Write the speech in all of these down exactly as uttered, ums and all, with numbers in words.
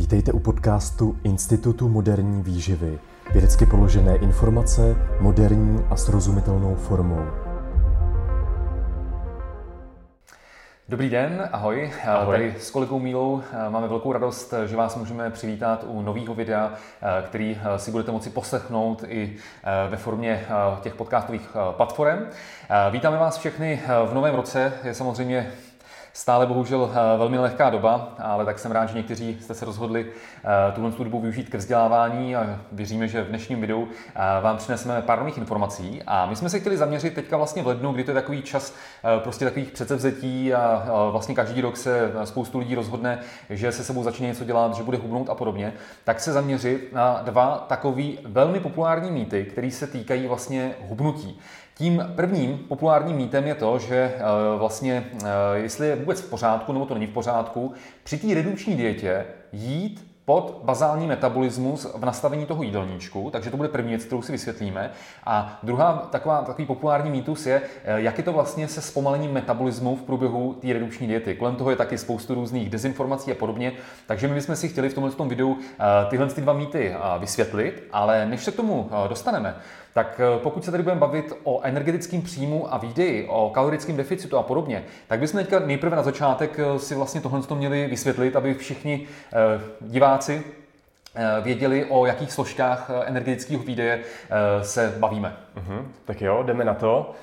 Vítejte u podcastu Institutu moderní výživy. Vědecky položené informace, moderní a srozumitelnou formou. Dobrý den, ahoj. ahoj. Tady s kolegou Mílou máme velkou radost, že vás můžeme přivítat u nového videa, který si budete moci poslechnout i ve formě těch podcastových platform. Vítáme vás všechny v novém roce, je samozřejmě stále bohužel velmi lehká doba, ale tak jsem rád, že někteří jste se rozhodli tuhle dobu využít ke vzdělávání a věříme, že v dnešním videu vám přineseme pár nových informací. A my jsme se chtěli zaměřit teďka vlastně v lednu, kdy to je takový čas prostě takových předsevzetí a vlastně každý rok se spoustu lidí rozhodne, že se sebou začne něco dělat, že bude hubnout a podobně, tak se zaměřit na dva takový velmi populární mýty, které se týkají vlastně hubnutí. Tím prvním populárním mýtem je to, že vlastně, jestli je vůbec v pořádku, nebo to není v pořádku, při té redukční dietě jít pod bazální metabolismus v nastavení toho jídelníčku, takže to bude první věc, kterou si vysvětlíme. A druhá taková, takový populární mýtus je, jak je to vlastně se zpomalením metabolismu v průběhu té redukční diety. Kolem toho je taky spoustu různých dezinformací a podobně, takže my bychom si chtěli v tomhle videu tyhle ty dva mýty vysvětlit, ale než se k tomu dostaneme, tak pokud se tady budeme bavit o energetickém příjmu a výdeji, o kalorickém deficitu a podobně, tak bychom teďka nejprve na začátek si vlastně tohle měli vysvětlit, aby všichni diváci věděli, o jakých složkách energetického výdeje se bavíme. Mhm, tak jo, jdeme na to.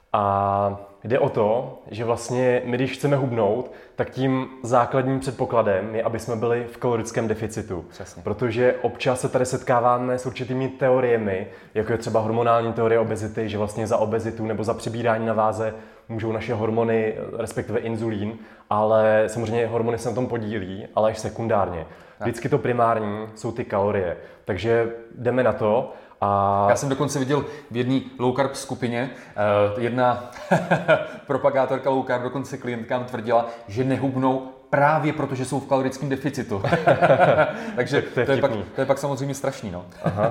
A jde o to, že vlastně my, když chceme hubnout, tak tím základním předpokladem je, aby jsme byli v kalorickém deficitu. Přesně. Protože občas se tady setkáváme s určitými teoriemi, jako je třeba hormonální teorie obezity, že vlastně za obezitu nebo za přibírání na váze můžou naše hormony, respektive inzulín, ale samozřejmě hormony se na tom podílí, ale až sekundárně. Vždycky to primární jsou ty kalorie. Takže jdeme na to. A... Já jsem dokonce viděl v jedné low carb skupině, jedna propagátorka low carb, dokonce klientkám tvrdila, že nehubnou právě proto, že jsou v kalorickém deficitu. Takže to je, to, je pak, to je pak samozřejmě strašný. No. Aha.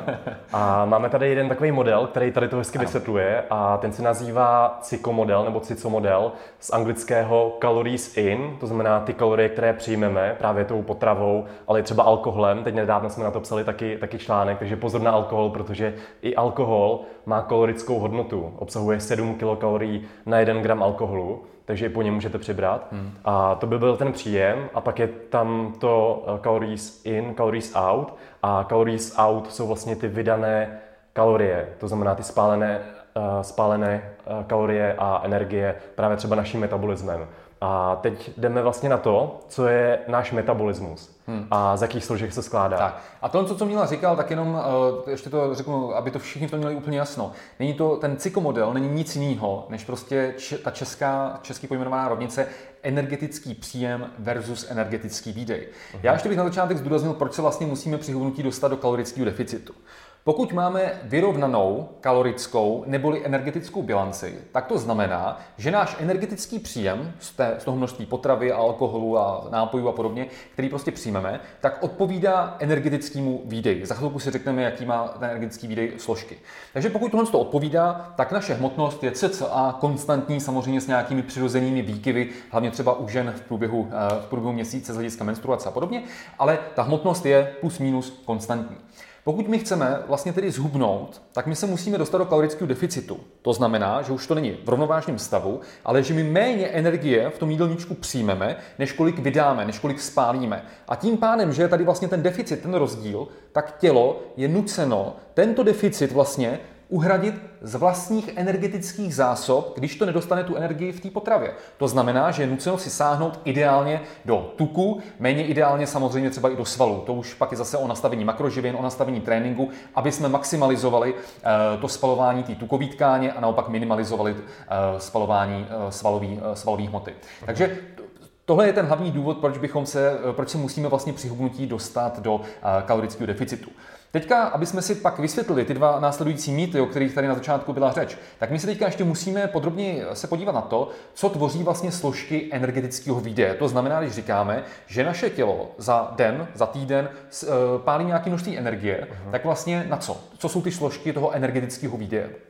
A máme tady jeden takový model, který tady to hezky ano. vysvětluje a ten se nazývá C I C O model nebo C I C O model z anglického calories in, to znamená ty kalorie, které přijmeme právě tou potravou, ale i třeba alkoholem. Teď nedávno jsme na to psali taky, taky článek, takže pozor na alkohol, protože i alkohol má kalorickou hodnotu. Obsahuje sedm kilokalorií na jeden gram alkoholu. Takže i po něm můžete přibrat. Hmm. A to by byl ten příjem. A pak je tam to calories in, calories out. A calories out jsou vlastně ty vydané kalorie. To znamená ty spálené, uh, spálené uh, kalorie a energie právě třeba naším metabolismem. A teď jdeme vlastně na to, co je náš metabolismus hmm. a z jakých složek se skládá. Tak. A to, co Míla říkal, tak jenom uh, ještě to řeknu, aby to všichni v tom měli úplně jasno. Není to, ten C I C O model není nic jiného, než prostě č- ta česká, český pojmenovaná rovnice energetický příjem versus energetický výdej. Uh-huh. Já ještě bych na začátek zdůraznil, proč se vlastně musíme při hubnutí dostat do kalorického deficitu. Pokud máme vyrovnanou kalorickou neboli energetickou bilanci, tak to znamená, že náš energetický příjem z, té, z toho množství potravy a alkoholu a nápojů a podobně, který prostě přijmeme, tak odpovídá energetickému výdeji. Za chvilku si řekneme, jaký má ten energetický výdej složky. Takže pokud tohle to odpovídá, tak naše hmotnost je cca konstantní, samozřejmě s nějakými přirozenými výkyvy, hlavně třeba u žen v průběhu, v průběhu měsíce z hlediska menstruace a podobně, ale ta hmotnost je plus minus konstantní. Pokud my chceme vlastně tedy zhubnout, tak my se musíme dostat do kalorického deficitu. To znamená, že už to není v rovnovážném stavu, ale že my méně energie v tom jídelníčku přijmeme, než kolik vydáme, než kolik spálíme. A tím pádem, že je tady vlastně ten deficit, ten rozdíl, tak tělo je nuceno tento deficit vlastně uhradit z vlastních energetických zásob, když to nedostane tu energii v té potravě. To znamená, že je nuceno si sáhnout ideálně do tuku, méně ideálně samozřejmě třeba i do svalů. To už pak je zase o nastavení makroživin, o nastavení tréninku, aby jsme maximalizovali uh, to spalování té tukové tkáně a naopak minimalizovali uh, spalování uh, svalový, uh, svalový hmoty. Takže tohle je ten hlavní důvod, proč bychom se, proč se musíme vlastně při hubnutí dostat do uh, kalorického deficitu. Teďka, aby jsme si pak vysvětlili ty dva následující mýty, o kterých tady na začátku byla řeč, tak my se teďka ještě musíme podrobně se podívat na to, co tvoří vlastně složky energetického výdeje. To znamená, když říkáme, že naše tělo za den, za týden pálí nějaké množství energie, uh-huh. tak vlastně na co? Co jsou ty složky toho energetického výdeje?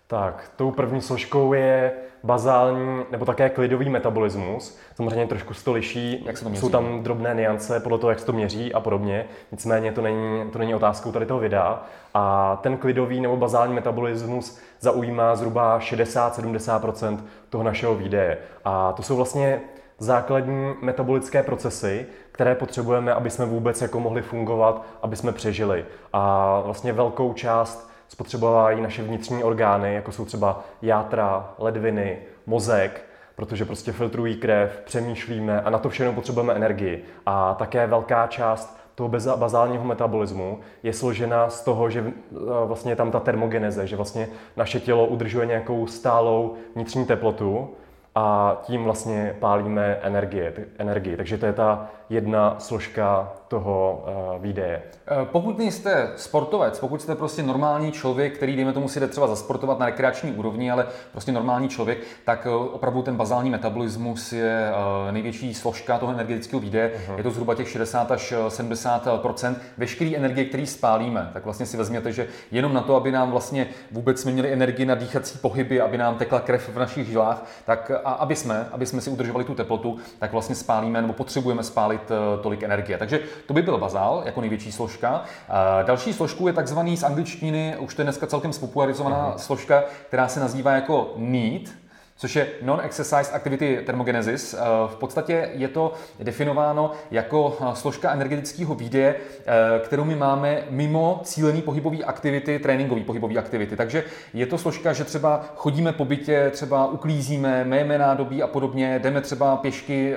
Tak, tou první složkou je bazální nebo také klidový metabolismus. Samozřejmě trošku se to liší, jak se to měří? Jsou tam drobné niance podle toho, jak se to měří a podobně. Nicméně to není, to není otázkou tady toho videa. A ten klidový nebo bazální metabolismus zaujímá zhruba šedesát až sedmdesát procent toho našeho výdeje. A to jsou vlastně základní metabolické procesy, které potřebujeme, aby jsme vůbec jako mohli fungovat, aby jsme přežili. A vlastně velkou část spotřebovávají naše vnitřní orgány, jako jsou třeba játra, ledviny, mozek, protože prostě filtrují krev, přemýšlíme a na to všechno potřebujeme energii. A také velká část toho bazálního metabolismu je složena z toho, že vlastně je tam ta termogeneze, že vlastně naše tělo udržuje nějakou stálou vnitřní teplotu a tím vlastně pálíme energie, energii. Takže to je ta jedna složka toho uh, výdeje. Pokud nejste sportovec, pokud jste prostě normální člověk, který, dejme tomu, si jde třeba zasportovat na rekreační úrovni, ale prostě normální člověk, tak opravdu ten bazální metabolismus je uh, největší složka toho energetického výdeje. Uh-huh. Je to zhruba těch šedesát až sedmdesát procent veškeré energie, který spálíme. Tak vlastně si vezměte, že jenom na to, aby nám vlastně vůbec jsme měli energii na dýchací pohyby, aby nám tekla krev v našich žilách, tak a aby jsme, aby jsme si udržovali tu teplotu, tak vlastně spálíme nebo potřebujeme spálit uh, tolik energie. Takže to by byl bazál jako největší složka. Další složkou je takzvaný z angličtiny, už to je dneska celkem spopularizovaná mm-hmm. složka, která se nazývá jako NEAT, což je Non-Exercise Activity Thermogenesis. V podstatě je to definováno jako složka energetického výdeje, kterou my máme mimo cílený pohybový aktivity, tréninkový pohybový aktivity. Takže je to složka, že třeba chodíme po bytě, třeba uklízíme, méme nádobí a podobně, jdeme třeba pěšky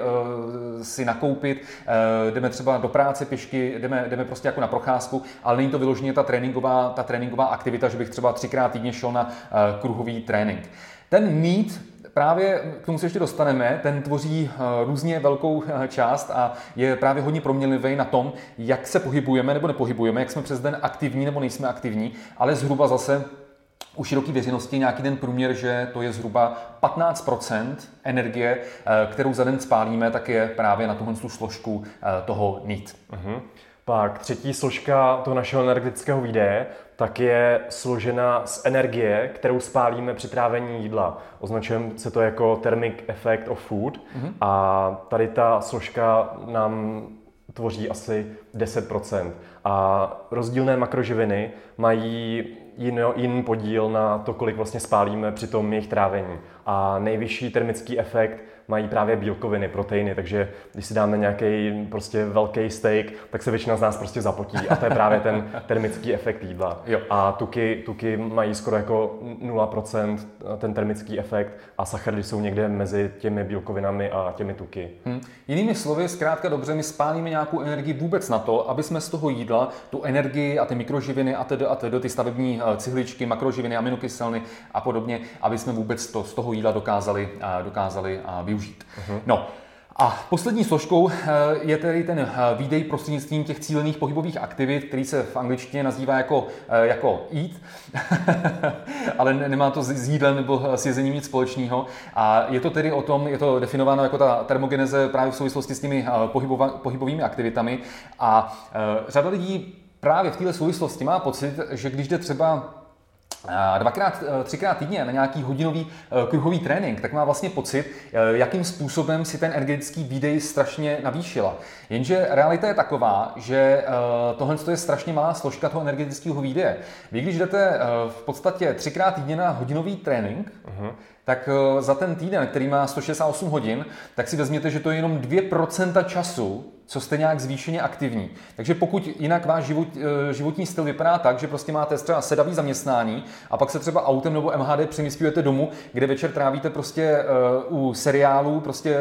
si nakoupit, jdeme třeba do práce pěšky, jdeme, jdeme prostě jako na procházku, ale není to vyloženě ta tréninková, ta tréninková aktivita, že bych třeba třikrát týdně šel na kruhový trénink. Ten NEAT, právě k tomu se ještě dostaneme, ten tvoří různě velkou část a je právě hodně proměnlivý na tom, jak se pohybujeme nebo nepohybujeme, jak jsme přes den aktivní nebo nejsme aktivní, ale zhruba zase u široké veřejnosti nějaký den průměr, že to je zhruba patnáct procent energie, kterou za den spálíme, tak je právě na tuhle složku toho NEAT. Uh-huh. Pak třetí složka toho našeho energetického výdeje tak je složena z energie, kterou spálíme při trávení jídla. Označujeme se to jako thermic effect of food mm-hmm. a tady ta složka nám tvoří asi deset procent. A rozdílné makroživiny mají jiný podíl na to, kolik vlastně spálíme při tom jejich trávení. A nejvyšší termický efekt mají právě bílkoviny, proteiny, takže když si dáme nějaký prostě velký steak, tak se většina z nás prostě zapotí a to je právě ten termický efekt jídla. Jo. A tuky, tuky mají skoro jako nula procent ten termický efekt a sacharidy jsou někde mezi těmi bílkovinami a těmi tuky. Hmm. Jinými slovy, zkrátka dobře, my spálíme nějakou energii vůbec na to, aby jsme z toho jídla tu energii a ty mikroživiny a tedy, a tedy ty stavební cihličky, makroživiny, aminokyseliny a podobně, aby jsme vůbec to z toho jídla dokázali, dokázali využít. Uh-huh. No a poslední složkou je tedy ten výdej prostřednictvím těch cílených pohybových aktivit, který se v angličtině nazývá jako, jako eat, ale nemá to s jídlem nebo s jezením nic společného. A je to tedy o tom, je to definováno jako ta termogeneze právě v souvislosti s těmi pohybova, pohybovými aktivitami. A řada lidí právě v této souvislosti má pocit, že když jde třeba dvakrát, třikrát týdně na nějaký hodinový kruhový trénink, tak má vlastně pocit, jakým způsobem si ten energetický výdej strašně navýšila. Jenže realita je taková, že tohle je strašně malá složka toho energetického výdeje. Vy, když jdete v podstatě třikrát týdně na hodinový trénink, uh-huh. tak za ten týden, který má sto šedesát osm hodin, tak si vezměte, že to je jenom dvě procenta času, co jste nějak zvýšeně aktivní. Takže pokud jinak váš život, životní styl vypadá tak, že prostě máte třeba sedavý zaměstnání a pak se třeba autem nebo M H D přemísťujete domů, kde večer trávíte prostě uh, u seriálů prostě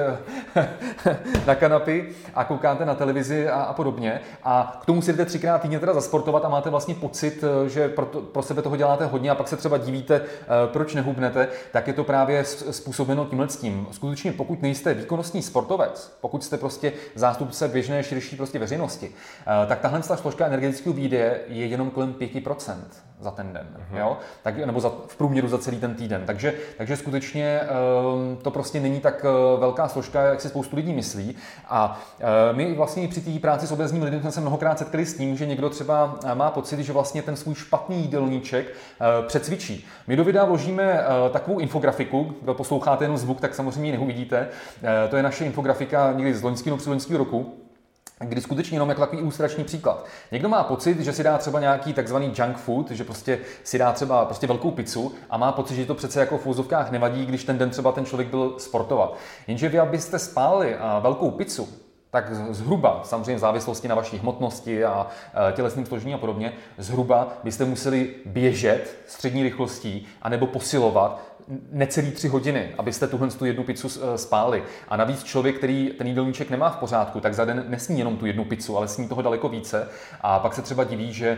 na kanapy a koukáte na televizi a, a podobně. A k tomu si jdete třikrát týdně teda zasportovat a máte vlastně pocit, že pro, to, pro sebe toho děláte hodně a pak se třeba divíte, uh, proč nehubnete, tak je to právě způsobeno tímhletím. Skutečně pokud nejste výkonnostní sportovec, pokud jste prostě zástupce běžné širší prostě veřejnosti, tak tahle složka energetického výdeje je jenom kolem pět procent. za ten den, mm-hmm. jo? Tak, nebo za, v průměru za celý ten týden. Takže, takže skutečně um, to prostě není tak uh, velká složka, jak si spoustu lidí myslí. A uh, my vlastně při té práci s obézním lidem jsme se mnohokrát setkali s tím, že někdo třeba má pocit, že vlastně ten svůj špatný jídelníček uh, přecvičí. My do videa vložíme uh, takovou infografiku, kdo posloucháte jenom zvuk, tak samozřejmě ji neuvidíte. Uh, to je naše infografika někdy z loňského nebo loňského roku, kdy skutečně jenom jako takový ilustrační příklad. Někdo má pocit, že si dá třeba nějaký takzvaný junk food, že prostě si dá třeba prostě velkou pizzu a má pocit, že to přece jako v úzovkách nevadí, když ten den třeba ten člověk byl sportovat. Jenže vy, abyste spálili velkou pizzu, tak zhruba, samozřejmě v závislosti na vaší hmotnosti a tělesném složení a podobně, zhruba byste museli běžet střední rychlostí anebo posilovat necelý tři hodiny, abyste tuhle tu jednu pizzu spálili. A navíc člověk, který ten jídelníček nemá v pořádku, tak za den nesní jenom tu jednu pizzu, ale sní toho daleko více. A pak se třeba diví, že,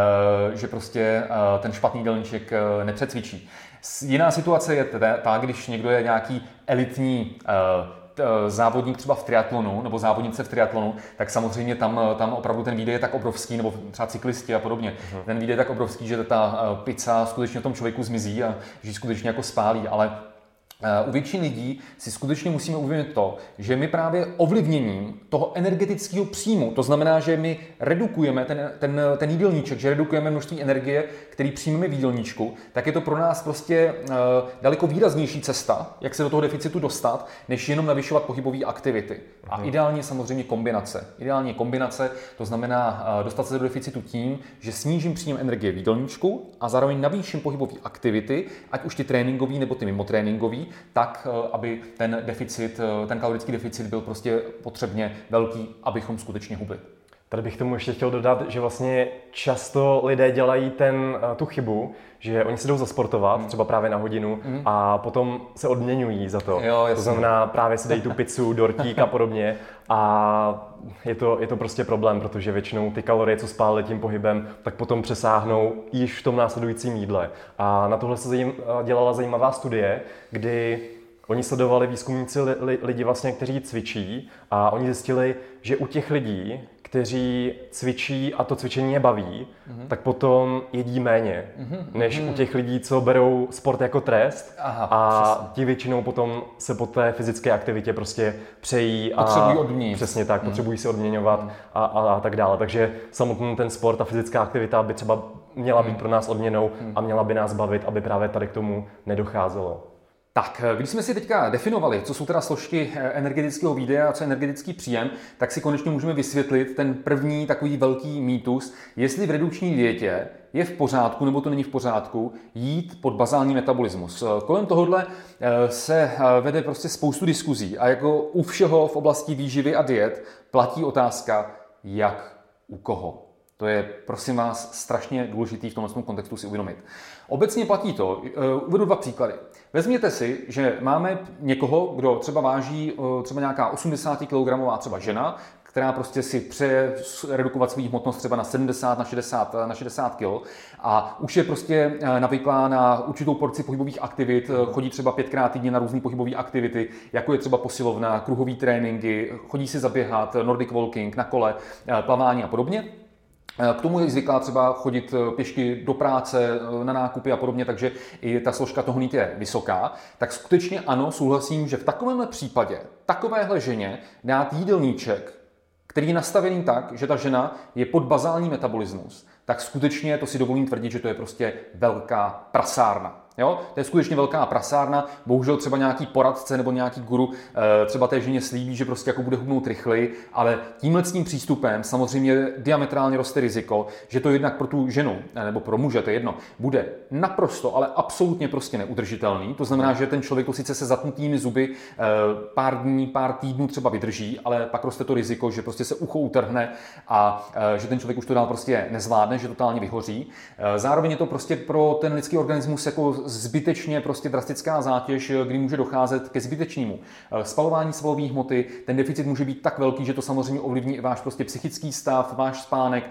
že prostě ten špatný jídelníček nepřecvičí. Jiná situace je ta, když někdo je nějaký elitní závodník třeba v triatlonu nebo závodnice v triatlonu, tak samozřejmě tam, tam opravdu ten výdej je tak obrovský, nebo třeba cyklisti a podobně. Uh-huh. Ten výdej je tak obrovský, že ta pizza skutečně v tom člověku zmizí a že ji skutečně jako spálí, ale u většiny lidí si skutečně musíme uvědomit to, že my právě ovlivněním toho energetického příjmu, to znamená, že my redukujeme ten, ten, ten jídelníček, že redukujeme množství energie, který přijmeme v jídelníčku, tak je to pro nás prostě uh, daleko výraznější cesta, jak se do toho deficitu dostat, než jenom navyšovat pohybové aktivity. A ideálně samozřejmě kombinace. Ideálně kombinace, to znamená uh, dostat se do deficitu tím, že snížím příjem energie v jídelníčku a zároveň navýším pohybové aktivity, ať už ty tréninkové nebo ty mimotréninkové, tak, aby ten deficit, ten kalorický deficit byl prostě potřebně velký, abychom skutečně hubli. Tady bych tomu ještě chtěl dodat, že vlastně často lidé dělají ten, tu chybu, že oni se jdou zasportovat, mm. třeba právě na hodinu, mm. a potom se odměňují za to. Jo, to znamená, právě si dají tu pizzu, dortík a podobně. A je to, je to prostě problém, protože většinou ty kalorie, co spálili tím pohybem, tak potom přesáhnou již v tom následujícím jídle. A na tohle se zajím, dělala zajímavá studie, kdy oni sledovali výzkumníci li, li, lidi, vlastně, kteří cvičí, a oni zjistili, že u těch lidí, kteří cvičí a to cvičení je baví, mm-hmm. tak potom jedí méně, mm-hmm. než mm-hmm. u těch lidí, co berou sport jako trest. Aha, a přesně. Ti většinou potom se po té fyzické aktivitě prostě přejí a potřebují odměnit. Přesně tak, mm. potřebují se odměňovat mm. a, a, a tak dále. Takže samotný ten sport a fyzická aktivita by třeba měla být mm. pro nás odměnou mm. a měla by nás bavit, aby právě tady k tomu nedocházelo. Tak, když jsme si teďka definovali, co jsou teda složky energetického výdeje a co je energetický příjem, tak si konečně můžeme vysvětlit ten první takový velký mýtus, jestli v redukční dietě je v pořádku nebo to není v pořádku jít pod bazální metabolismus. Kolem tohohle se vede prostě spoustu diskuzí a jako u všeho v oblasti výživy a diet platí otázka, jak u koho. To je, prosím vás, strašně důležitý v tomhle kontextu si uvědomit. Obecně platí to, uvedu dva příklady. Vezměte si, že máme někoho, kdo třeba váží třeba nějaká osmdesátikilogramová třeba žena, která prostě si přeje redukovat svou hmotnost třeba na sedmdesát, na šedesát kilo a už je prostě navyklá na určitou porci pohybových aktivit, chodí třeba pětkrát týdně na různé pohybové aktivity, jako je třeba posilovna, kruhové tréninky, chodí si zaběhat, Nordic walking, na kole, plavání a podobně. K tomu je zvyklá třeba chodit pěšky do práce, na nákupy a podobně, takže i ta složka toho nít je vysoká. Tak skutečně ano, souhlasím, že v takovémhle případě takovéhle ženě dát jídelníček, který je nastavený tak, že ta žena je pod bazální metabolismus, tak skutečně to si dovolím tvrdit, že to je prostě velká prasárna. Jo? To je skutečně velká prasárna, bohužel třeba nějaký poradce nebo nějaký guru třeba té ženě slíbí, že prostě jako bude hubnout rychleji, ale tímhle s tím přístupem samozřejmě diametrálně roste riziko, že to jednak pro tu ženu nebo pro muže, to je jedno, bude naprosto, ale absolutně prostě neudržitelný. To znamená, že ten člověk to sice se zatnutými zuby pár dní, pár týdnů třeba vydrží, ale pak roste to riziko, že prostě se ucho utrhne a že ten člověk už to dál prostě nezvládne, že totálně vyhoří. Zároveň je to prostě pro ten lidský organismus jako zbytečně prostě drastická zátěž, kdy může docházet ke zbytečnému spalování svalové hmoty. Ten deficit může být tak velký, že to samozřejmě ovlivní i váš prostě psychický stav, váš spánek,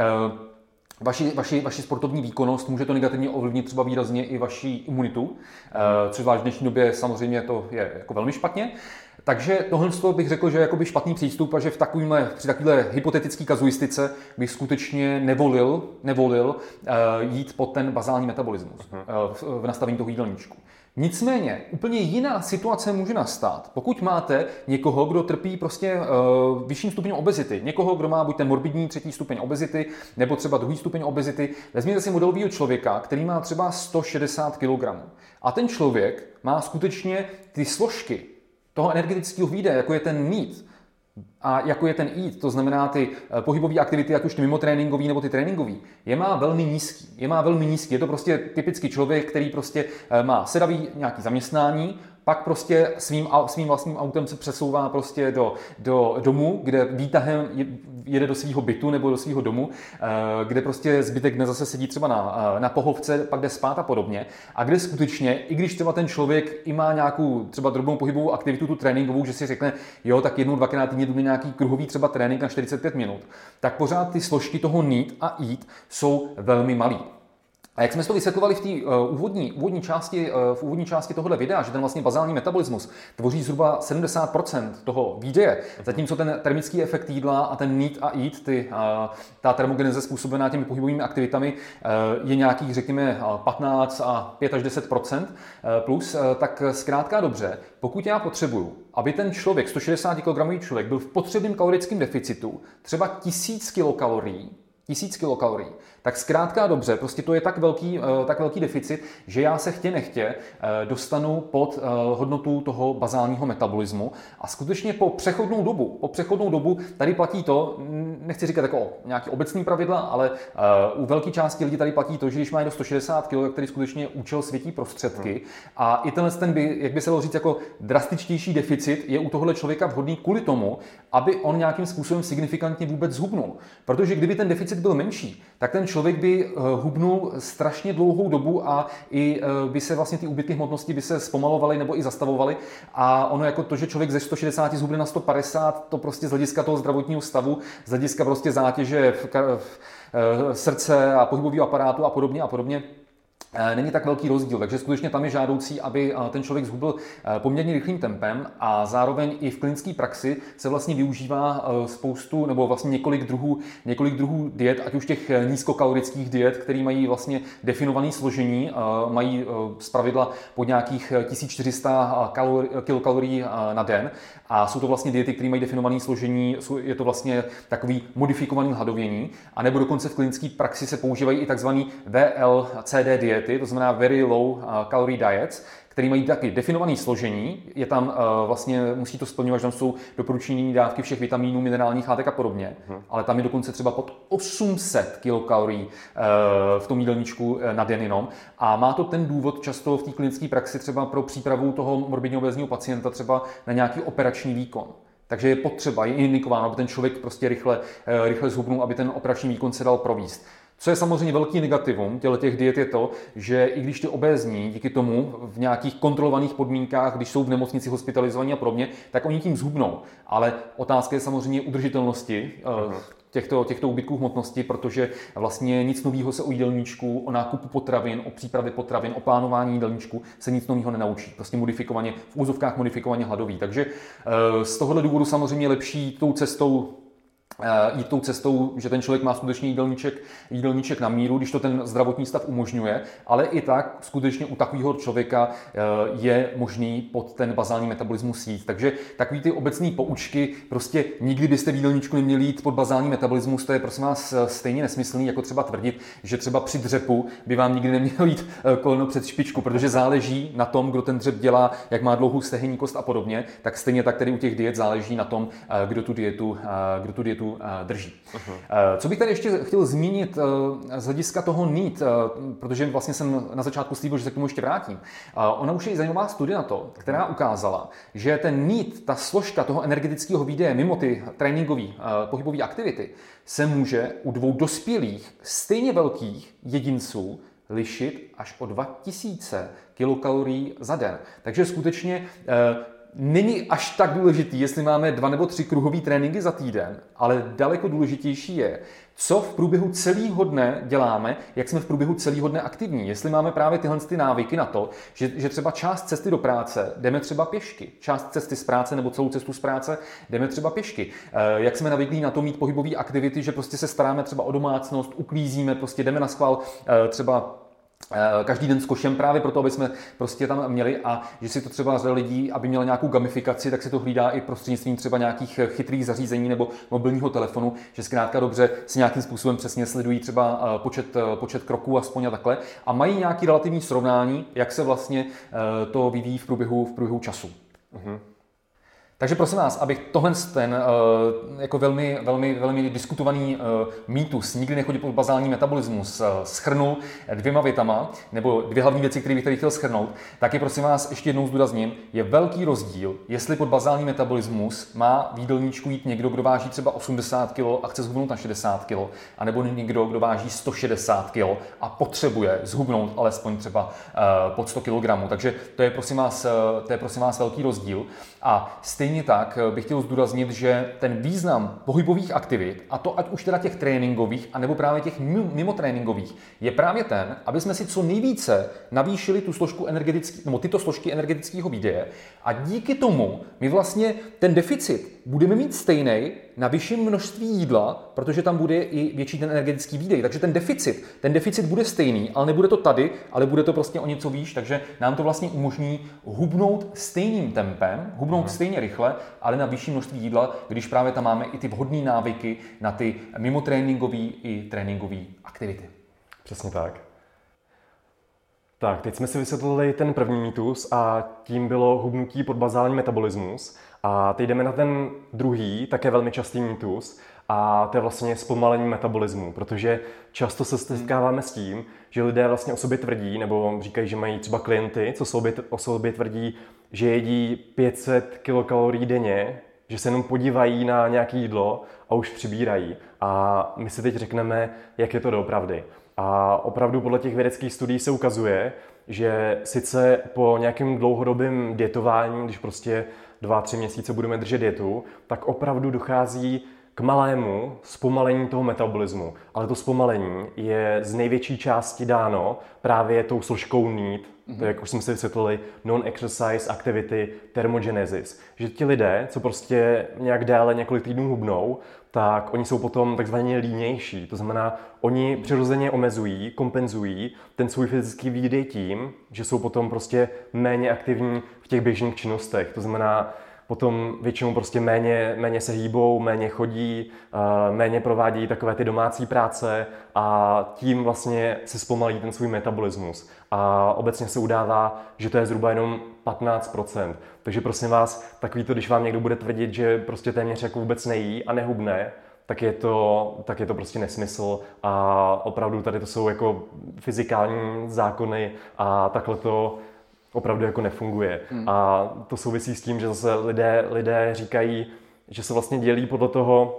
Vaši, vaši, vaši sportovní výkonnost, může to negativně ovlivnit třeba výrazně i vaši imunitu, což zvlášť v dnešní době samozřejmě to je jako velmi špatně. Takže tohle bych řekl, že je jakoby špatný přístup a že v takovýmhle, při takovéhle hypotetické kazuistice bych skutečně nevolil, nevolil uh, jít pod ten bazální metabolismus uh, v, v nastavení toho jídelníčku. Nicméně úplně jiná situace může nastat, pokud máte někoho, kdo trpí prostě uh, vyšším stupněm obezity, někoho, kdo má buď ten morbidní třetí stupeň obezity, nebo třeba druhý stupeň obezity. Vezměte si modelového člověka, který má třeba sto šedesát kilogramů. A ten člověk má skutečně ty složky toho energetického výdaje, jako je ten need a jako je ten eat, to znamená ty pohybové aktivity, ať už ty mimo tréninkový nebo ty tréninkový, je má velmi nízký. Je má velmi nízký. Je to prostě typický člověk, který prostě má sedavý nějaký zaměstnání, pak prostě svým, svým vlastním autem se přesouvá prostě do, do domu, kde výtahem jede do svého bytu nebo do svého domu, kde prostě zbytek dne zase sedí třeba na, na pohovce, pak jde spát a podobně. A kde skutečně, i když třeba ten člověk i má nějakou třeba drobnou pohybovou aktivitu, tu tréninkovou, že si řekne, jo, tak jednou, dvakrát týdně jdu na nějaký kruhový třeba trénink na čtyřicet pět minut, tak pořád ty složky toho need a eat jsou velmi malý. A jak jsme to vysvětlovali v té uh, úvodní, úvodní části, uh, v úvodní části tohohle videa, že ten vlastně bazální metabolismus tvoří zhruba sedmdesát procent toho výdeje, zatímco ten termický efekt jídla a ten need a eat, ty, uh, ta termogeneze způsobená těmi pohybovými aktivitami, uh, je nějakých, řekněme, patnáct a pět až deset procent plus, uh, tak zkrátka dobře, pokud já potřebuju, aby ten člověk, sto šedesát kilogramový člověk, byl v potřebném kalorickém deficitu třeba tisíc kilokalorií, tisíc kilokalorií, tak zkrátka dobře, prostě to je tak velký, tak velký deficit, že já se chtě nechtě dostanu pod hodnotu toho bazálního metabolismu a skutečně po přechodnou dobu, po přechodnou dobu tady platí to, nechci říkat jako nějaké obecné pravidla, ale u velké části lidí tady platí to, že když má do sto šedesát kilogramů, který skutečně účel světí prostředky hmm. a i tenhle ten by, jak by se dalo říct, jako drastičtější deficit je u tohohle člověka vhodný kvůli tomu, aby on nějakým způsobem signifikantně vůbec zhubnul. Protože kdyby ten deficit byl menší, tak ten člověk by hubnul strašně dlouhou dobu a i by se vlastně ty úbytky hmotnosti by se zpomalovaly nebo i zastavovaly. A ono jako to, že člověk ze sto šedesát zhubne na sto padesát, to prostě z hlediska toho zdravotního stavu, z hlediska prostě zátěže v, v, v srdce a pohybového aparátu a podobně a podobně, není tak velký rozdíl, takže skutečně tam je žádoucí, aby ten člověk zhubl poměrně rychlým tempem a zároveň i v klinické praxi se vlastně využívá spoustu nebo vlastně několik druhů, několik druhů diet, ať už těch nízkokalorických diet, které mají vlastně definované složení, mají zpravidla pod nějakých tisíc čtyři sta kilokalorií na den a jsou to vlastně diety, které mají definované složení, je to vlastně takový modifikovaný hladovění, anebo dokonce v klinické praxi se používají i takzvaný V L C D diety, to znamená Very Low Calorie Diets, který mají taky definované složení, je tam uh, vlastně, musí to splňovat, že tam jsou doporučení dávky všech vitamínů, minerálních látek a podobně, hmm. ale tam je dokonce třeba pod osm set kilokalorií uh, v tom jídelníčku uh, na den jenom. A má to ten důvod často v té klinické praxi třeba pro přípravu toho morbidně obézního pacienta třeba na nějaký operační výkon. Takže je potřeba, je indikováno, aby ten člověk prostě rychle, uh, rychle zhubnul, aby ten operační výkon se dal provést. Co je samozřejmě velký negativum těch diet je to, že i když ty obézní díky tomu v nějakých kontrolovaných podmínkách, když jsou v nemocnici hospitalizovaní a podobně, tak oni tím zhubnou. Ale otázka je samozřejmě udržitelnosti uh-huh. těchto, těchto úbytků hmotnosti, protože vlastně nic nového se o jídelníčku, o nákupu potravin, o přípravě potravin, o plánování jídelníčku se nic nového nenaučí. Prostě modifikovaně, v úzovkách modifikovaně hladový. Takže uh, z tohohle důvodu samozřejmě je lepší tou cestou jít tou cestou, že ten člověk má skutečně jídelníček, jídelníček na míru, když to ten zdravotní stav umožňuje, ale i tak skutečně u takového člověka je možný pod ten bazální metabolismus jít. Takže takový ty obecné poučky, prostě nikdy byste v jídelníčku neměli jít pod bazální metabolismus, to je prosím vás stejně nesmyslný, jako třeba tvrdit, že třeba při dřepu by vám nikdy nemělo jít koleno před špičku, protože záleží na tom, kdo ten dřep dělá, jak má dlouhou stehenní kost a podobně, tak stejně tak tedy u těch diet záleží na tom, kdo tu dietu, kdo tu dietu drží. Uh-huh. Co bych tady ještě chtěl zmínit z hlediska toho need, protože vlastně jsem na začátku slíbil, že se k tomu ještě vrátím. Ona už je zajímavá studie na to, která ukázala, že ten need, ta složka toho energetického výdeje mimo ty tréninkové pohybové aktivity se může u dvou dospělých stejně velkých jedinců lišit až o dva tisíce kilokalorií za den. Takže skutečně není až tak důležitý, jestli máme dva nebo tři kruhové tréninky za týden, ale daleko důležitější je, co v průběhu celého dne děláme, jak jsme v průběhu celého dne aktivní. Jestli máme právě tyhle ty návyky na to, že, že třeba část cesty do práce jdeme třeba pěšky, část cesty z práce nebo celou cestu z práce jdeme třeba pěšky. Jak jsme navyklí na to mít pohybové aktivity, že prostě se staráme třeba o domácnost, uklízíme, prostě jdeme na schvál třeba každý den s košem právě proto, aby jsme prostě tam měli a že si to třeba řada lidí, aby měla nějakou gamifikaci, tak si to hlídá i prostřednictvím třeba nějakých chytrých zařízení nebo mobilního telefonu, že zkrátka dobře si nějakým způsobem přesně sledují třeba počet, počet kroků aspoň a takhle a mají nějaký relativní srovnání, jak se vlastně to vyvíjí v průběhu, v průběhu času. Mhm. Takže prosím vás, abych tohle ten jako velmi, velmi, velmi diskutovaný mýtus, nikdy nechodit pod bazální metabolismus, shrnul dvěma větama, nebo dvě hlavní věci, které bych tady chtěl shrnout, tak je prosím vás ještě jednou zdůrazním, je velký rozdíl, jestli pod bazální metabolismus má v jídelníčku jít někdo, kdo váží třeba osmdesát kilogramů a chce zhubnout na šedesát kilogramů, anebo někdo, kdo váží sto šedesát kilogramů a potřebuje zhubnout alespoň třeba pod sto kilogramů. Takže to je prosím vás, to je prosím vás velký rozdíl. A stejně tak bych chtěl zdůraznit, že ten význam pohybových aktivit, a to ať už teda těch tréninkových, anebo právě těch mimo tréninkových, je právě ten, aby jsme si co nejvíce navýšili tu složku energetický, nebo tyto složky energetického výdeje a díky tomu my vlastně ten deficit budeme mít stejný na vyšším množství jídla, protože tam bude i větší ten energetický výdej. Takže ten deficit, ten deficit bude stejný, ale nebude to tady, ale bude to prostě o něco výš, takže nám to vlastně umožní hubnout stejným tempem, hubnout hmm. stejně rychle, ale na vyšší množství jídla, když právě tam máme i ty vhodné návyky na ty mimotréninkové i tréninkové aktivity. Přesně tak. Tak, teď jsme si vysvětlili ten první mýtus a tím bylo hubnutí pod bazální metabolismus. A teď jdeme na ten druhý, také velmi častý mýtus, a to je vlastně zpomalení metabolismu, protože často se setkáváme s tím, že lidé vlastně o sobě tvrdí, nebo říkají, že mají třeba klienty, co sobě, o sobě tvrdí, že jedí pět set kilokalorií denně, že se jenom podívají na nějaké jídlo a už přibírají. A my si teď řekneme, jak je to doopravdy. A opravdu podle těch vědeckých studií se ukazuje, že sice po nějakém dlouhodobém dietování, když prostě dva, tři měsíce budeme držet dietu, tak opravdu dochází k malému zpomalení toho metabolismu. Ale to zpomalení je z největší části dáno právě tou složkou need, mm-hmm. to jak už jsme si vysvětlili, non-exercise activity thermogenesis. Že ti lidé, co prostě nějak déle několik týdnů hubnou, tak oni jsou potom takzvaně línější. To znamená, oni přirozeně omezují, kompenzují ten svůj fyzický výdej tím, že jsou potom prostě méně aktivní v těch běžných činnostech. To znamená, potom většinou prostě méně, méně se hýbou, méně chodí, méně provádí takové ty domácí práce a tím vlastně se zpomalí ten svůj metabolismus. A obecně se udává, že to je zhruba jenom patnáct procent. Takže prosím vás, takový to, když vám někdo bude tvrdit, že prostě téměř jako vůbec nejí a nehubne, tak je to, tak je to prostě nesmysl a opravdu tady to jsou jako fyzikální zákony a takhle to opravdu jako nefunguje. Hmm. A to souvisí s tím, že zase lidé, lidé říkají, že se vlastně dělí podle toho,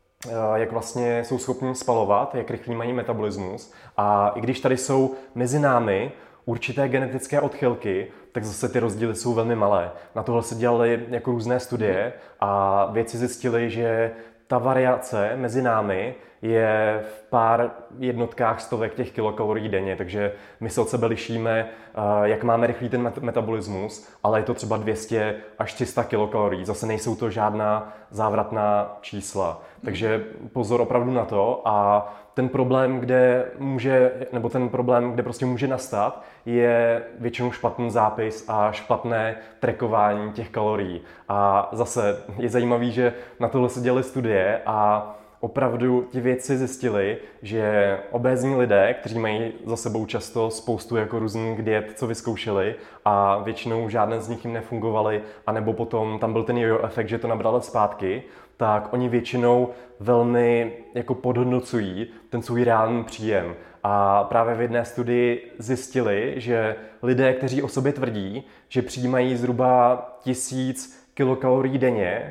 jak vlastně jsou schopni spalovat, jak rychlý mají metabolismus. A i když tady jsou mezi námi určité genetické odchylky, tak zase ty rozdíly jsou velmi malé. Na tohle se dělaly jako různé studie a vědci zjistili, že ta variace mezi námi je v pár jednotkách stovek těch kilokalorií denně, takže my se od sebe lišíme, jak máme rychlý ten metabolismus, ale je to třeba dvě stě až tři sta kilokalorií. Zase nejsou to žádná závratná čísla. Takže pozor opravdu na to a ten problém, kde může, nebo ten problém, kde prostě může nastat, je většinou špatný zápis a špatné trackování těch kalorií. A zase je zajímavý, že na tohle se dělaly studie a opravdu ti vědci zjistili, že obézní lidé, kteří mají za sebou často spoustu jako různých diet, co vyzkoušeli a většinou žádné z nich jim nefungovaly, anebo potom tam byl ten jojo efekt, že to nabrali zpátky, tak oni většinou velmi jako podhodnocují ten svůj reálný příjem. A právě v jedné studii zjistili, že lidé, kteří o sobě tvrdí, že přijímají zhruba tisíc kilokalorií denně,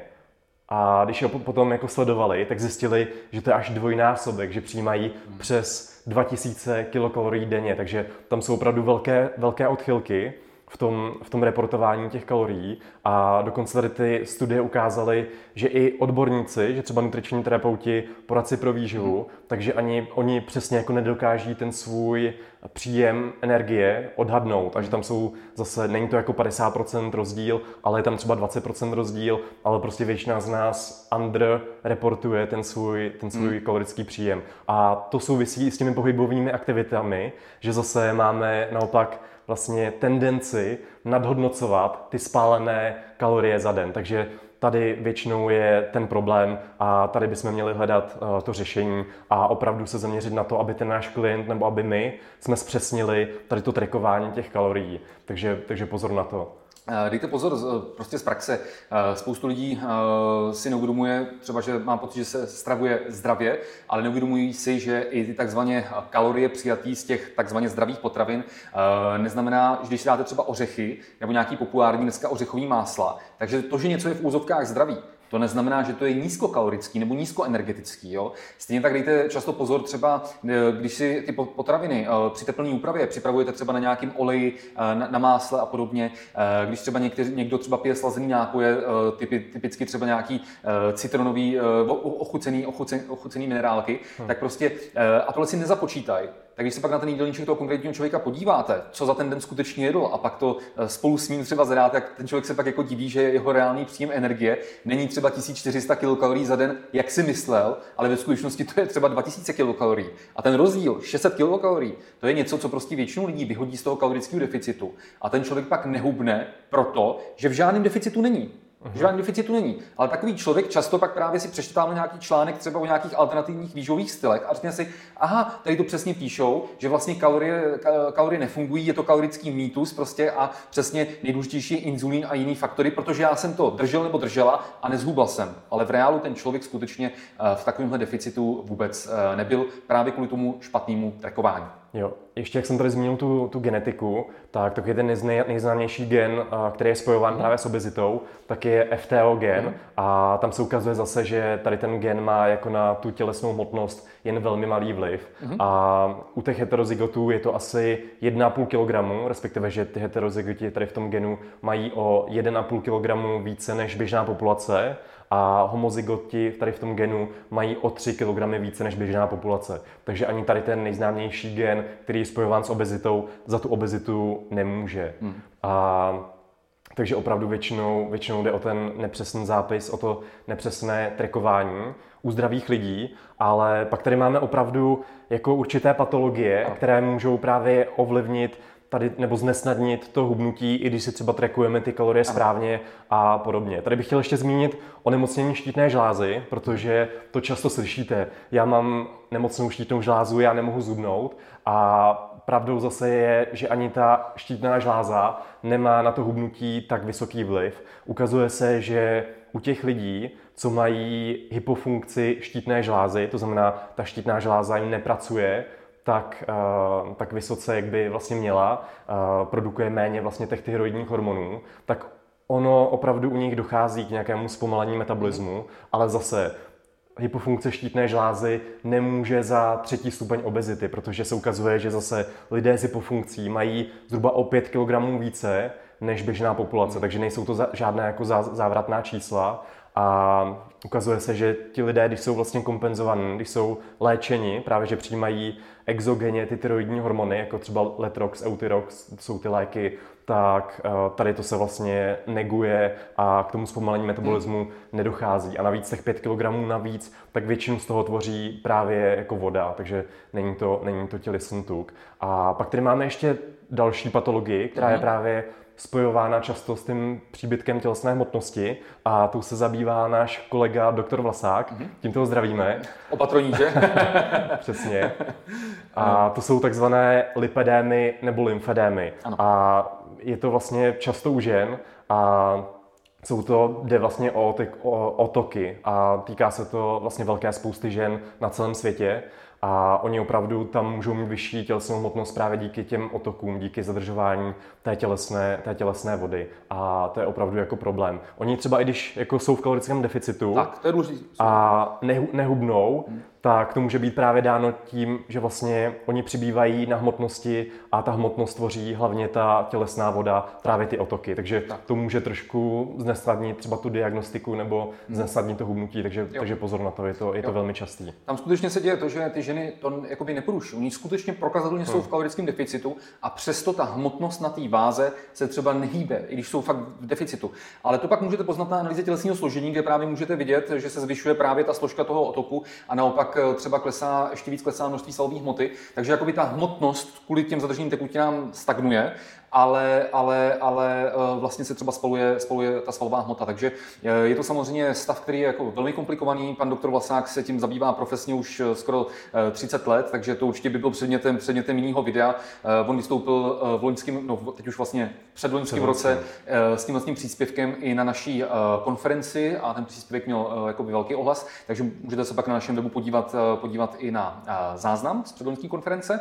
a když ho potom jako sledovali, tak zjistili, že to je až dvojnásobek, že přijímají hmm. přes dva tisíce kilokalorií denně, takže tam jsou opravdu velké, velké odchylky v tom, v tom reportování těch kalorií a dokonce tady ty studie ukázaly, že i odborníci, že třeba nutriční terapeuti, poradci pro výživu, hmm. takže ani oni přesně jako nedokáží ten svůj příjem energie odhadnout a že tam jsou zase, není to jako padesát procent rozdíl, ale je tam třeba dvacet procent rozdíl, ale prostě většina z nás under reportuje ten svůj, ten svůj hmm. kalorický příjem. A to souvisí s těmi pohybovými aktivitami, že zase máme naopak vlastně tendenci nadhodnocovat ty spálené kalorie za den. Takže tady většinou je ten problém a tady bychom měli hledat uh, to řešení a opravdu se zaměřit na to, aby ten náš klient nebo aby my jsme zpřesnili tady to trackování těch kalorií. Takže, takže pozor na to. Dejte pozor, prostě z praxe. Spoustu lidí si neuvědomuje, třeba, že má pocit, že se stravuje zdravě, ale neuvědomují si, že i ty takzvané kalorie přijatý z těch takzvaně zdravých potravin neznamená, že když si dáte třeba ořechy nebo nějaký populární dneska ořechový másla, takže to, že něco je v úzovkách zdravý, to neznamená, že to je nízkokalorický nebo nízkoenergetický. Jo? Stejně tak dejte často pozor třeba, když si ty potraviny při teplné úpravě připravujete třeba na nějakém oleji, na, na másle a podobně. Když třeba někteří, někdo třeba pije slazený nápoje, typy, typicky třeba nějaký citronový, ochucený, ochucený, ochucený minerálky, hmm. tak prostě, a tohle si nezapočítají. Tak když se pak na ten jídelníček toho konkrétního člověka podíváte, co za ten den skutečně jedl a pak to spolu s ním třeba zadáte, tak ten člověk se pak jako diví, že jeho reálný příjem energie není třeba tisíc čtyři sta kilokalorií za den, jak si myslel, ale ve skutečnosti to je třeba dva tisíce kilokalorií. A ten rozdíl šest set kilokalorií, to je něco, co prostě většinu lidí vyhodí z toho kalorického deficitu. A ten člověk pak nehubne proto, že v žádném deficitu není. Že žádný deficitu není. Ale takový člověk často pak právě si přečte nějaký článek třeba o nějakých alternativních výživových stylech a řekne si, aha, tady to přesně píšou, že vlastně kalorie, kalorie nefungují, je to kalorický mýtus prostě a přesně nejdůležitější je inzulín a jiný faktory, protože já jsem to držel nebo držela a nezhubla jsem. Ale v reálu ten člověk skutečně v takovémhle deficitu vůbec nebyl právě kvůli tomu špatnému trackování. Jo, ještě jak jsem tady zmínil tu, tu genetiku, tak to je ten nejznej, nejznámější gen, který je spojován mm. právě s obezitou, tak je F T O gen mm. a tam se ukazuje zase, že tady ten gen má jako na tu tělesnou hmotnost jen velmi malý vliv mm. a u těch heterozygotů je to asi jedna celá pět kilogramu, respektive, že ty heterozygoti tady v tom genu mají o jedna celá pět kilogramu více než běžná populace a homozygoti tady v tom genu mají o tři kilogramy více než běžná populace. Takže ani tady ten nejznámější gen, který je spojován s obezitou, za tu obezitu nemůže. Hmm. A takže opravdu většinou, většinou jde o ten nepřesný zápis, o to nepřesné trackování u zdravých lidí, ale pak tady máme opravdu jako určité patologie, které můžou právě ovlivnit tady, nebo znesnadnit to hubnutí, i když si třeba trackujeme ty kalorie správně a podobně. Tady bych chtěl ještě zmínit onemocnění štítné žlázy, protože to často slyšíte. Já mám nemocnou štítnou žlázu, já nemohu zhubnout a pravdou zase je, že ani ta štítná žláza nemá na to hubnutí tak vysoký vliv. Ukazuje se, že u těch lidí, co mají hypofunkci štítné žlázy, to znamená, ta štítná žláza jim nepracuje, tak, uh, tak vysoce, jak by vlastně měla, uh, produkuje méně vlastně těch thyroidních hormonů, tak ono opravdu u nich dochází k nějakému zpomalení metabolismu, ale zase hypofunkce štítné žlázy nemůže za třetí stupeň obezity, protože se ukazuje, že zase lidé s hypofunkcí mají zhruba o pět kilogramů více než běžná populace, takže nejsou to žádné jako závratná čísla. A ukazuje se, že ti lidé, když jsou vlastně kompenzovaní, když jsou léčeni, právě že přijímají exogenně ty tyroidní hormony, jako třeba Letrox, Eutirox, jsou ty léky, tak tady to se vlastně neguje a k tomu zpomalení metabolismu nedochází. A navíc těch pět kilogramů navíc, tak většinu z toho tvoří právě jako voda, takže není to, není to tělesný tuk. A pak tady máme ještě další patologii, která je právě spojována často s tím příbytkem tělesné hmotnosti a tou se zabývá náš kolega doktor Vlasák. Mm-hmm. Tímto ho zdravíme. Opatroní, že? Přesně. A to jsou takzvané lipedémy nebo lymfedémy. Ano. A je to vlastně často u žen a jsou to, jde vlastně o, ty, o, o toky a týká se to vlastně velké spousty žen na celém světě. A oni opravdu tam můžou mít vyšší tělesnou hmotnost právě díky těm otokům, díky zadržování té tělesné, té tělesné vody. A to je opravdu jako problém. Oni třeba i když jako jsou v kalorickém deficitu tak, to je důležitý. a nehu, nehubnou, hmm. tak to může být právě dáno tím, že vlastně oni přibývají na hmotnosti a ta hmotnost tvoří hlavně ta tělesná voda, právě ty otoky. Takže tak. to může trošku znesnadnit třeba tu diagnostiku nebo hmm. znesnadnit to hubnutí, takže, takže pozor na to, je to, je to velmi častý. Tam skutečně se děje to, že ty ženy to jakoby neporuší. Oni skutečně prokazatelně hmm. jsou v kalorickém deficitu a přesto ta hmotnost na té váze se třeba nehýbe, i když jsou fakt v deficitu. Ale to pak můžete poznat na analýze tělesného složení, kde právě můžete vidět, že se zvyšuje právě ta složka toho otoku a naopak třeba klesá, ještě víc klesá množství svalové hmoty. Takže jakoby ta hmotnost kvůli těm zadrženým tekutinám stagnuje, ale, ale, ale vlastně se třeba spaluje, spaluje ta svalová hmota. Takže je to samozřejmě stav, který je jako velmi komplikovaný. Pan doktor Vlasák se tím zabývá profesně už skoro třicet let, takže to určitě by byl předmětem, předmětem jiného videa. On vystoupil v loňském, no teď už vlastně předloňském roce s tím vlastním příspěvkem i na naší konferenci a ten příspěvek měl jakoby velký ohlas, takže můžete se pak na našem webu podívat, podívat i na záznam z předloňské konference.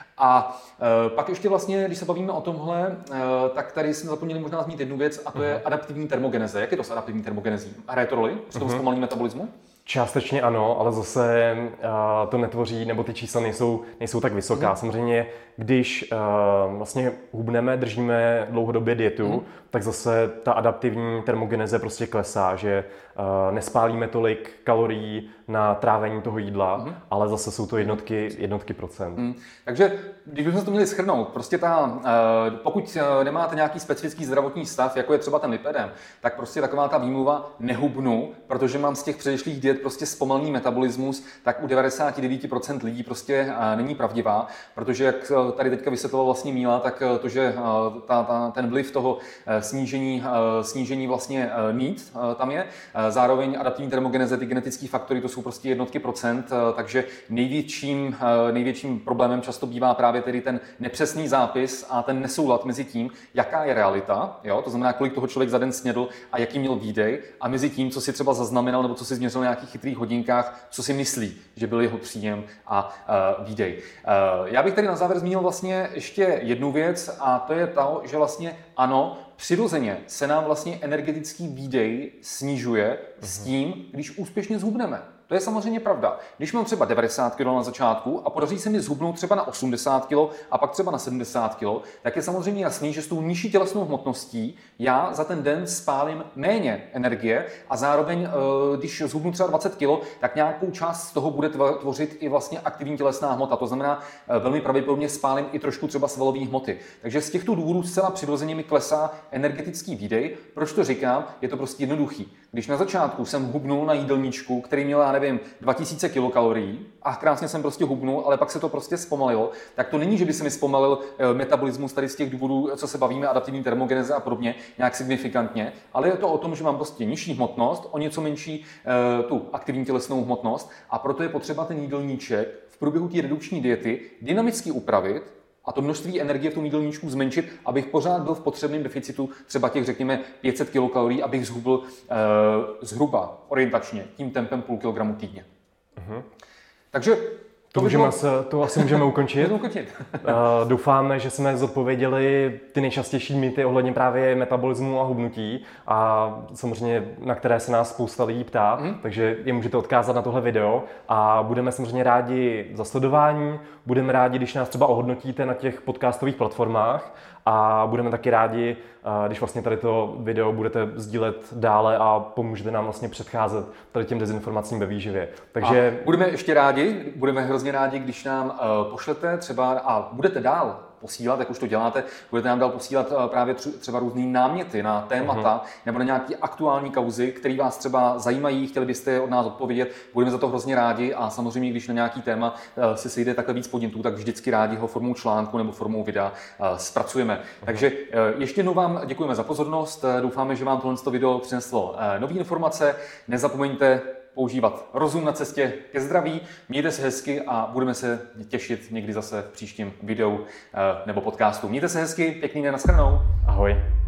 A e, pak ještě vlastně, když se bavíme o tomhle, e, tak tady jsme zapomněli možná zmínit jednu věc, a to je adaptivní termogeneze. Jak je to s adaptivní termogenezí? Hraje to roli při tom uh-huh. zpomalení metabolismu? Částečně ano, ale zase uh, to netvoří, nebo ty čísla nejsou, nejsou tak vysoká. Mm. Samozřejmě, když uh, vlastně hubneme, držíme dlouhodobě dietu, mm. tak zase ta adaptivní termogeneze prostě klesá, že uh, nespálíme tolik kalorií na trávení toho jídla, mm. ale zase jsou to jednotky, jednotky procent. Mm. Takže když bychom to měli shrnout, prostě ta, uh, pokud nemáte nějaký specifický zdravotní stav, jako je třeba ten lipidem, tak prostě taková ta výmluva nehubnu, protože mám z těch předešlých diet prostě zpomalený metabolismus, tak u devadesát devět procent lidí prostě není pravdivá, protože jak tady teďka vysvětloval vlastně Míla, tak to, že ta, ta, ten vliv toho snížení, snížení vlastně mít tam je, zároveň adaptivní termogeneze, ty genetické faktory, to jsou prostě jednotky procent, takže největším, největším problémem často bývá právě tedy ten nepřesný zápis a ten nesoulad mezi tím, jaká je realita, jo? To znamená, kolik toho člověk za den snědl a jaký měl výdej, a mezi tím, co si třeba zaznamenal nebo co si změřil na nějakých chytrých hodinkách, co si myslí, že byl jeho příjem a uh, výdej. Uh, já bych tady na závěr zmínil vlastně ještě jednu věc, a to je to, že vlastně ano, přirozeně se nám vlastně energetický výdej snižuje uh-huh. s tím, když úspěšně zhubneme. To je samozřejmě pravda. Když mám třeba devadesát kilo na začátku a podaří se mi zhubnout třeba na osmdesát kilo a pak třeba na sedmdesát kilo, tak je samozřejmě jasný, že s tou nižší tělesnou hmotností já za ten den spálím méně energie a zároveň, když zhubnu třeba dvacet kilo, tak nějakou část z toho bude tvořit i vlastně aktivní tělesná hmota. To znamená, velmi pravděpodobně spálím i trošku třeba svalové hmoty. Takže z těchto důvodů zcela přirozeně mi klesá energetický výdej. Proč to říkám? Je to prostě jednoduchý. Když na začátku jsem hubnul na jídelníčku, který měl, já nevím, dva tisíce kilokalorií a krásně jsem prostě hubnul, ale pak se to prostě zpomalilo, tak to není, že by se mi zpomalil metabolismus tady z těch důvodů, co se bavíme, adaptivní termogeneze a podobně, nějak signifikantně, ale je to o tom, že mám prostě nižší hmotnost, o něco menší e, tu aktivní tělesnou hmotnost, a proto je potřeba ten jídelníček v průběhu té redukční diety dynamicky upravit a to množství energie v tom jídelníčku zmenšit, abych pořád byl v potřebném deficitu třeba těch, řekněme, pět set kilokalorií, abych zhubl e, zhruba orientačně tím tempem půl kilogramu týdně. Uh-huh. Takže to, to, můžeme, bylo... to asi můžeme ukončit. ukončit. uh, doufáme, že jsme zodpověděli ty nejčastější mýty ohledně právě metabolismu a hubnutí, a samozřejmě na které se nás spousta lidí ptá, mm. takže je můžete odkázat na tohle video a budeme samozřejmě rádi za sledování, budeme rádi, když nás třeba ohodnotíte na těch podcastových platformách, a budeme taky rádi, když vlastně tady to video budete sdílet dále a pomůžete nám vlastně předcházet tady těm dezinformacím ve výživě. Takže a budeme ještě rádi, budeme hrozně rádi, když nám pošlete třeba a budete dál posílat, jak už to děláte, budete nám dál posílat právě třeba různý náměty na témata uh-huh. nebo na nějaké aktuální kauzy, které vás třeba zajímají, chtěli byste je od nás odpovědět. Budeme za to hrozně rádi, a samozřejmě, když na nějaký téma se sejde takhle víc podnětů, tak vždycky rádi ho formou článku nebo formou videa zpracujeme. Uh-huh. Takže ještě jednou vám děkujeme za pozornost. Doufáme, že vám tohle video přineslo nové informace. Nezapomeňte používat rozum na cestě ke zdraví. Mějte se hezky a budeme se těšit někdy zase v příštím videu nebo podcastu. Mějte se hezky, pěkný den, nashledanou. Ahoj.